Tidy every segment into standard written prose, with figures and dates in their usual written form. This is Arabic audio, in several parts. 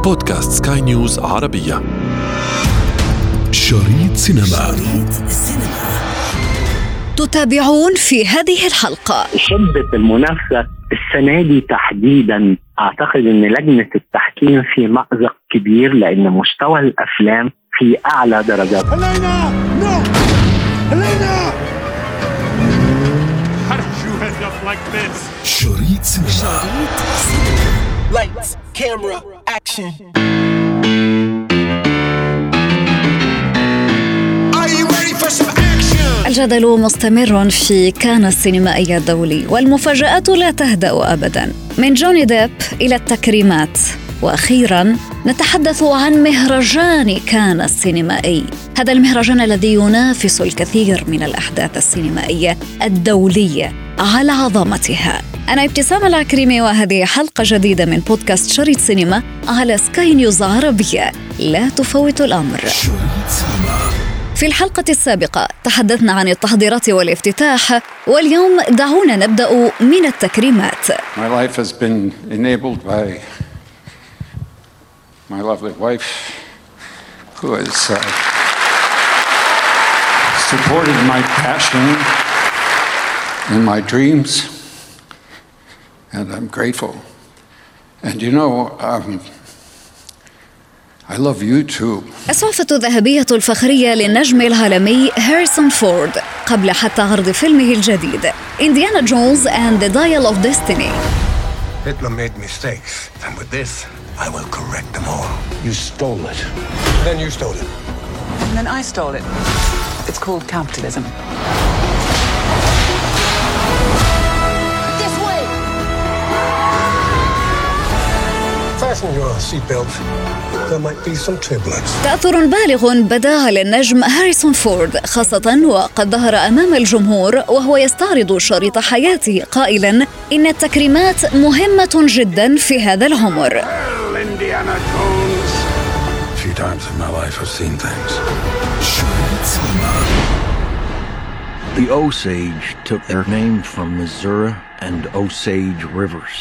بودكاست سكاي نيوز عربية. شريط سينما. تتابعون في هذه الحلقة شدة المنافسة السنة دي تحديدا. أعتقد أن لجنة التحكيم في مأزق كبير لأن مستوى الأفلام في أعلى درجات. شريط سينما. Lights, camera, action. Are you ready for some action? الجدل مستمر في كان السينمائي الدولي والمفاجآت لا تهدأ أبداً، من جوني ديب إلى التكريمات، وأخيراً نتحدث عن مهرجان كان السينمائي. هذا المهرجان الذي ينافس الكثير من الأحداث السينمائية الدولية على عظمتها. أنا ابتسام العكريمي، وهذه حلقة جديدة من بودكاست شريط سينما على سكاي نيوز عربية. لا تفوت الأمر. في الحلقة السابقة تحدثنا عن التحضيرات والافتتاح، واليوم دعونا نبدأ من التكريمات. My life has been enabled by my lovely wife who has supported my passion and my dreams, and I'm grateful. And you know, I love you too. الصحفة الذهبية الفخرية للنجم العالمي هاريسون فورد قبل حتى عرض فيلمه الجديد إنديانا جونز and the Dial of Destiny. Hitler made mistakes, and with this, I will correct them all. You stole it. Then you stole it. And then I stole it. It's called capitalism. This way! Fasten your seatbelts. There might be some turbulence. تأثر بالغ بدا على النجم هاريسون فورد، خاصة وقد ظهر أمام الجمهور وهو يستعرض شريط حياته قائلا إن التكريمات مهمة جدا في هذا العمر. A few times in my life I've seen things. The Osage took their name from Missouri and Osage rivers.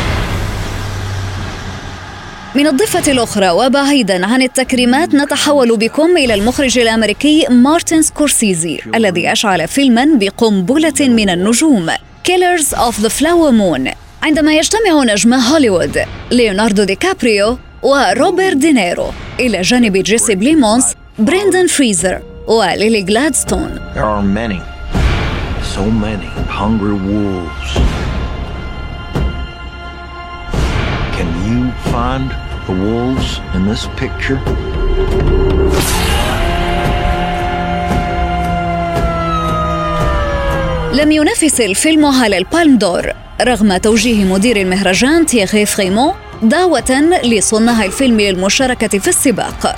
من الضفة الأخرى وبعيداً عن التكريمات نتحول بكم إلى المخرج الأمريكي مارتن سكورسيزي الذي أشعل فيلماً بقنبلة من النجوم Killers of the Flower Moon، عندما يجتمع نجم هوليوود ليوناردو دي كابريو وروبرت دينيرو إلى جانب جيسي بليمونس، بريندن فريزر وليلي غلادستون. There are many, so many hungry wolves. Can you find the wolves in this picture? لم ينافس الفيلم على البالم دور رغم توجيه مدير المهرجان تيغي فريمون دعوة لصناع الفيلم للمشاركة في السباق.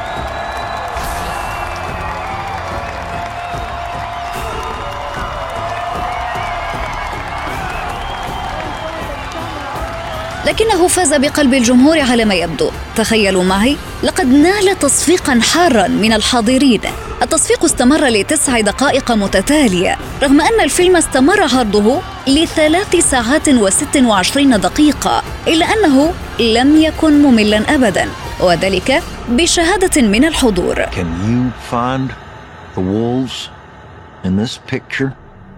لكنه فاز بقلب الجمهور على ما يبدو. تخيلوا معي، لقد نال تصفيقاً حاراً من الحاضرين. التصفيق استمر ل9 دقائق متتالية، رغم أن الفيلم استمر عرضه ل3 ساعات و26 دقيقة، إلا أنه لم يكن مملاً أبداً، وذلك بشهادة من الحضور. Can you find the wolves in this picture?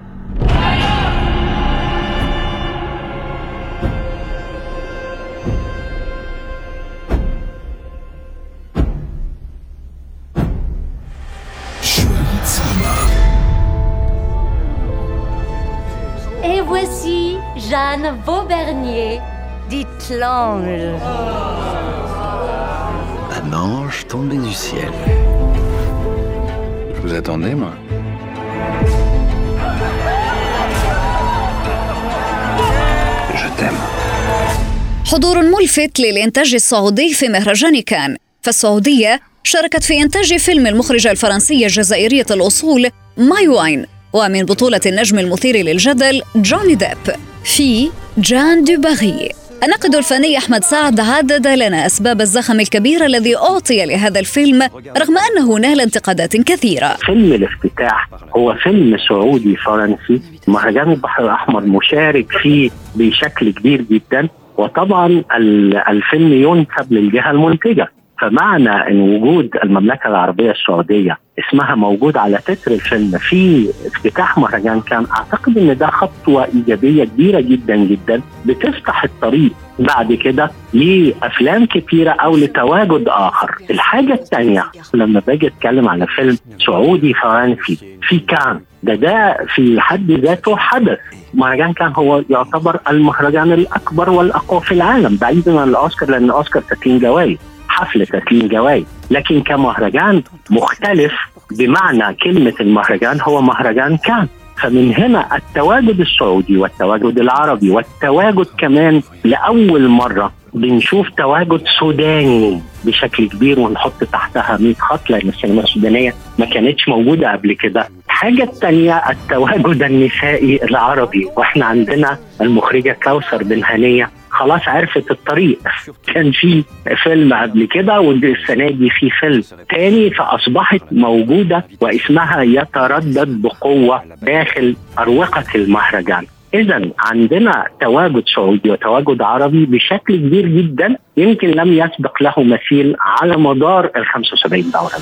Et voici Jeanne Vaubernier, dite l'ange. Un ange tombé du ciel. Je vous attendais, moi. Je t'aime. حضور ملفت للإنتاج السعودي في مهرجان كان، فالسعودية شاركت في إنتاج فيلم المخرجة الفرنسية الجزائرية الأصول ماي واين، ومن بطولة النجم المثير للجدل جوني ديب في جان دو باغي. الناقد الفني أحمد سعد عدد لنا أسباب الزخم الكبير الذي أعطي لهذا الفيلم رغم أنه نال انتقادات كثيرة. فيلم الافتتاح هو فيلم سعودي فرنسي، مهرجان البحر الأحمر مشارك فيه بشكل كبير جدا، وطبعا الفيلم ينسب للجهة المنتجة. فمعنى ان وجود المملكة العربية السعودية اسمها موجود على تتر الفيلم في افتتاح مهرجان كان، اعتقد ان ده خطوة ايجابية كبيرة جدا جدا بتفتح الطريق بعد كده لأفلام كتيرة او لتواجد اخر. الحاجة الثانية لما باجي اتكلم على فيلم سعودي فرنسي في كان، ده في حد ذاته حدث. مهرجان كان هو يعتبر المهرجان الاكبر والاقوى في العالم بعيدا عن الاوسكار، لان الاوسكار تسليم جوائز، حفل تسليم جوائز، لكن كمهرجان مختلف بمعنى كلمة المهرجان هو مهرجان كان. فمن هنا التواجد السعودي والتواجد العربي والتواجد كمان لأول مرة بنشوف تواجد سوداني بشكل كبير، ونحط تحتها 100 خط لأن السينما السودانية ما كانتش موجودة قبل كده. حاجة التانية التواجد النسائي العربي، واحنا عندنا المخرجة كوثر بن هنية خلاص عرفت الطريق. كان في فيلم قبل كده والسنة دي في فيلم تاني، فأصبحت موجودة واسمها يتردد بقوة داخل أروقة المهرجان. إذن عندنا تواجد سعودي وتواجد عربي بشكل كبير جدا يمكن لم يسبق له مثيل على مدار 75 دورة.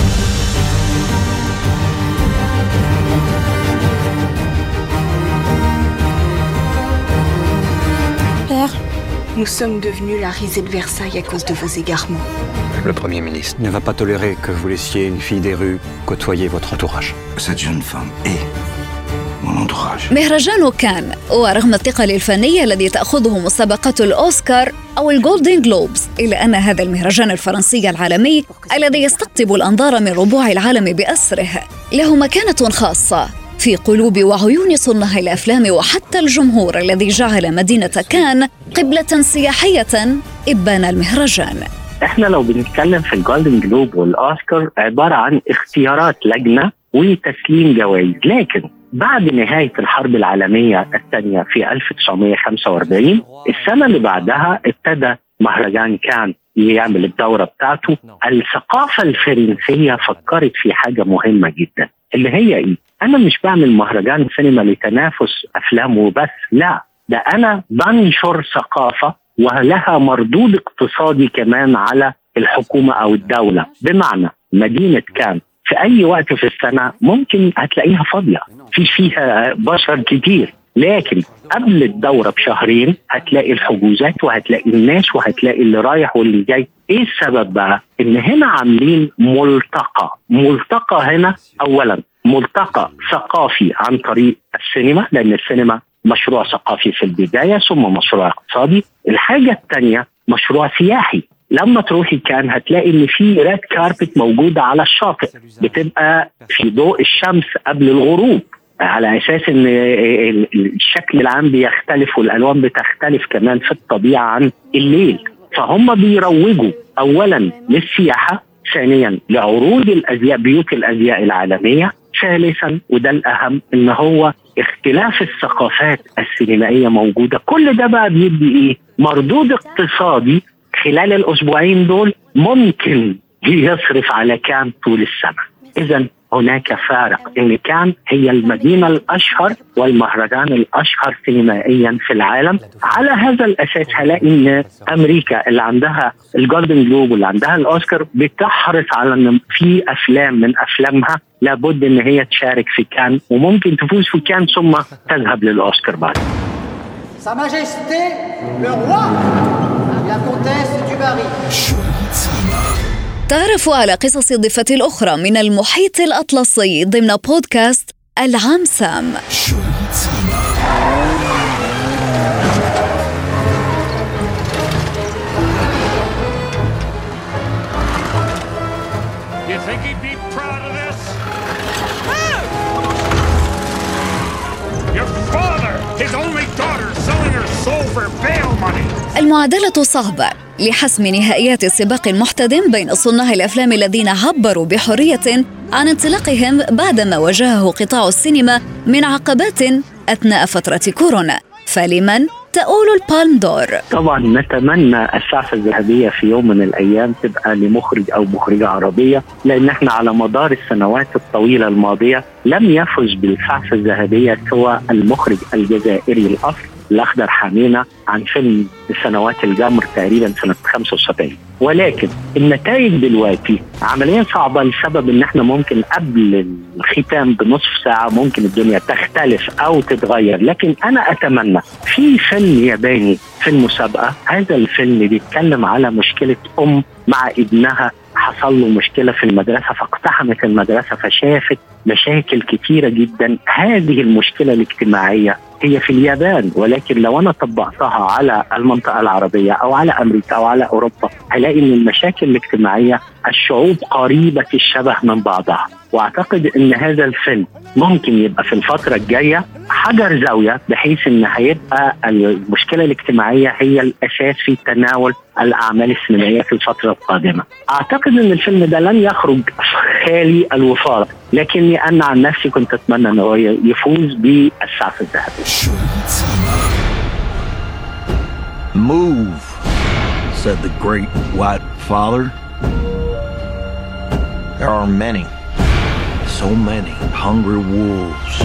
Nous sommes devenus la risée de Versailles à cause de vos égarements. Le Premier ministre ne va pas tolérer que vous laissiez une fille des rues côtoyer votre entourage. Cette jeune femme est mon entourage. مهرجان كان، ورغم الثقل الفني الذي تأخذه مسابقات الأوسكار أو الجولدن جلوبز، إلا أن هذا المهرجان الفرنسي العالمي الذي يستقطب الأنظار من ربوع العالم بأسره له مكانة خاصة في قلوب وعيون صناع الأفلام وحتى الجمهور الذي جعل مدينة كان قبلة سياحية إبان المهرجان. احنا لو بنتكلم في الجولدن جلوب والأوسكار عبارة عن اختيارات لجنة وتسليم جوائز، لكن بعد نهاية الحرب العالمية الثانية في 1945 السنة اللي بعدها ابتدى مهرجان كان يعمل الدورة بتاعته. الثقافة الفرنسية فكرت في حاجة مهمة جدا، اللي هي ايه؟ انا مش بعمل مهرجان سينما لتنافس افلام وبس، لا، ده انا بنشر ثقافة ولها مردود اقتصادي كمان على الحكومة او الدولة. بمعنى مدينة كان في اي وقت في السنة ممكن هتلاقيها فاضية، فيها بشر كتير، لكن قبل الدورة بشهرين هتلاقي الحجوزات وهتلاقي الناس وهتلاقي اللي رايح واللي جاي. ايه السبب بقى؟ ان هنا عاملين ملتقى هنا، اولا ملتقى ثقافي عن طريق السينما، لان السينما مشروع ثقافي في البداية ثم مشروع اقتصادي. الحاجة الثانية مشروع سياحي. لما تروحي كان هتلاقي ان في ريد كاربت موجودة على الشاطئ، بتبقى في ضوء الشمس قبل الغروب، على أساس أن الشكل العام بيختلف والألوان بتختلف كمان في الطبيعة عن الليل. فهم بيروجوا أولا للسياحة، ثانيا لعروض الأزياء، بيوت الأزياء العالمية، ثالثا وده الأهم أن هو اختلاف الثقافات السينمائية موجودة. كل ده بقى بيدي إيه؟ مردود اقتصادي خلال الأسبوعين دول ممكن يصرف على كان طول السنة. إذن هناك فارق، إن كان هي المدينة الأشهر والمهرجان الأشهر سينمائيا في العالم. على هذا الأساس هلاقي إن أمريكا اللي عندها الجولدن جلوب واللي عندها الأوسكار بتحرص على إن في أفلام من أفلامها لابد إن هي تشارك في كان، وممكن تفوز في كان ثم تذهب للأوسكار بعد. Sa Majesté le Roi, la Comtesse du Barry. تعرفوا على قصص الضفة الأخرى من المحيط الأطلسي ضمن بودكاست العام سام. المعادلة صعبة لحسم نهائيات السباق المحتدم بين صناع الأفلام الذين عبروا بحرية عن انطلاقهم بعدما واجهه قطاع السينما من عقبات أثناء فترة كورونا. فلمن تؤول البالم دور؟ طبعا نتمنى السعفة الذهبية في يوم من الأيام تبقى لمخرج أو مخرجة عربية، لأن احنا على مدار السنوات الطويلة الماضية لم يفز بالسعفة الذهبية سوى المخرج الجزائري الأصل الأخضر حامينا عن فيلم سنوات الجمر تقريبا سنة 75. ولكن النتائج دلوقتي عمليا صعبة لسبب ان احنا ممكن قبل الختام بنصف ساعة ممكن الدنيا تختلف او تتغير. لكن انا اتمنى في فيلم ياباني في المسابقة، هذا الفيلم بيتكلم على مشكلة مع ابنها، حصل له مشكلة في المدرسة فاقتحمت المدرسة فشافت مشاكل كتيرة جدا. هذه المشكلة الاجتماعية هي في اليابان، ولكن لو أنا طبقتها على المنطقة العربية أو على أمريكا أو على أوروبا هلاقي أن المشاكل الاجتماعية الشعوب قريبة الشبه من بعضها. وأعتقد أن هذا الفيلم ممكن يبقى في الفترة الجاية حجر زاوية، بحيث أن هيبقى المشكلة الاجتماعية هي الأساس في تناول الأعمال السينمائية في الفترة القادمة. أعتقد أن الفيلم ده لن يخرج خالي الوفاق، لكني أنا عن نفسي كنت أتمنى أنه يفوز بالسعف الذهبي. Move, said the great white father. There are many, so many hungry wolves.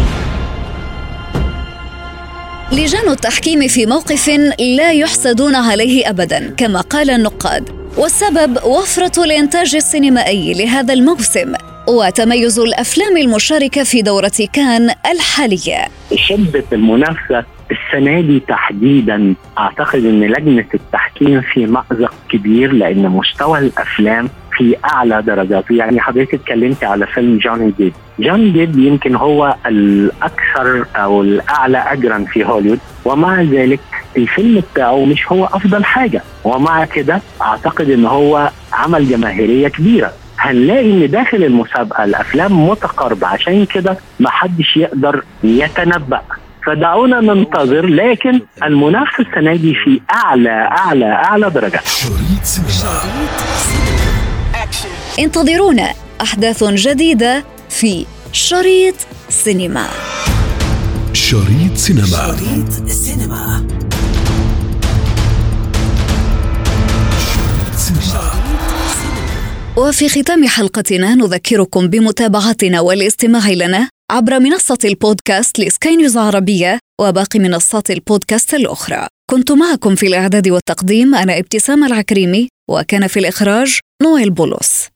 لجان التحكيم في موقف لا يحسدون عليه أبداً كما قال النقاد، والسبب وفرة الإنتاج السينمائي لهذا الموسم وتميز الأفلام المشاركة في دورة كان الحالية. شدة المنافسة السنة دي تحديداً، أعتقد أن لجنة التحكيم في مأزق كبير لأن مستوى الأفلام في أعلى درجات. يعني حضرتك اتكلمت على فيلم جوني ديب. جوني ديب يمكن هو الأكثر أو الأعلى أجراً في هوليوود، ومع ذلك الفيلم بتاعه مش هو أفضل حاجة، ومع كده أعتقد أنه هو عمل جماهيرية كبيرة. هنلاقي ان داخل المسابقة الأفلام متقاربة، عشان كده ما حدش يقدر يتنبأ، فدعونا ننتظر. لكن المنافسة السنة دي في أعلى درجة. انتظرونا أحداث جديدة في شريط سينما. شريط سينما. وفي ختام حلقتنا نذكركم بمتابعتنا والاستماع لنا عبر منصة البودكاست لسكاي نيوز عربية وباقي منصات البودكاست الأخرى. كنت معكم في الإعداد والتقديم أنا ابتسام العكريمي، وكان في الإخراج نويل بولس.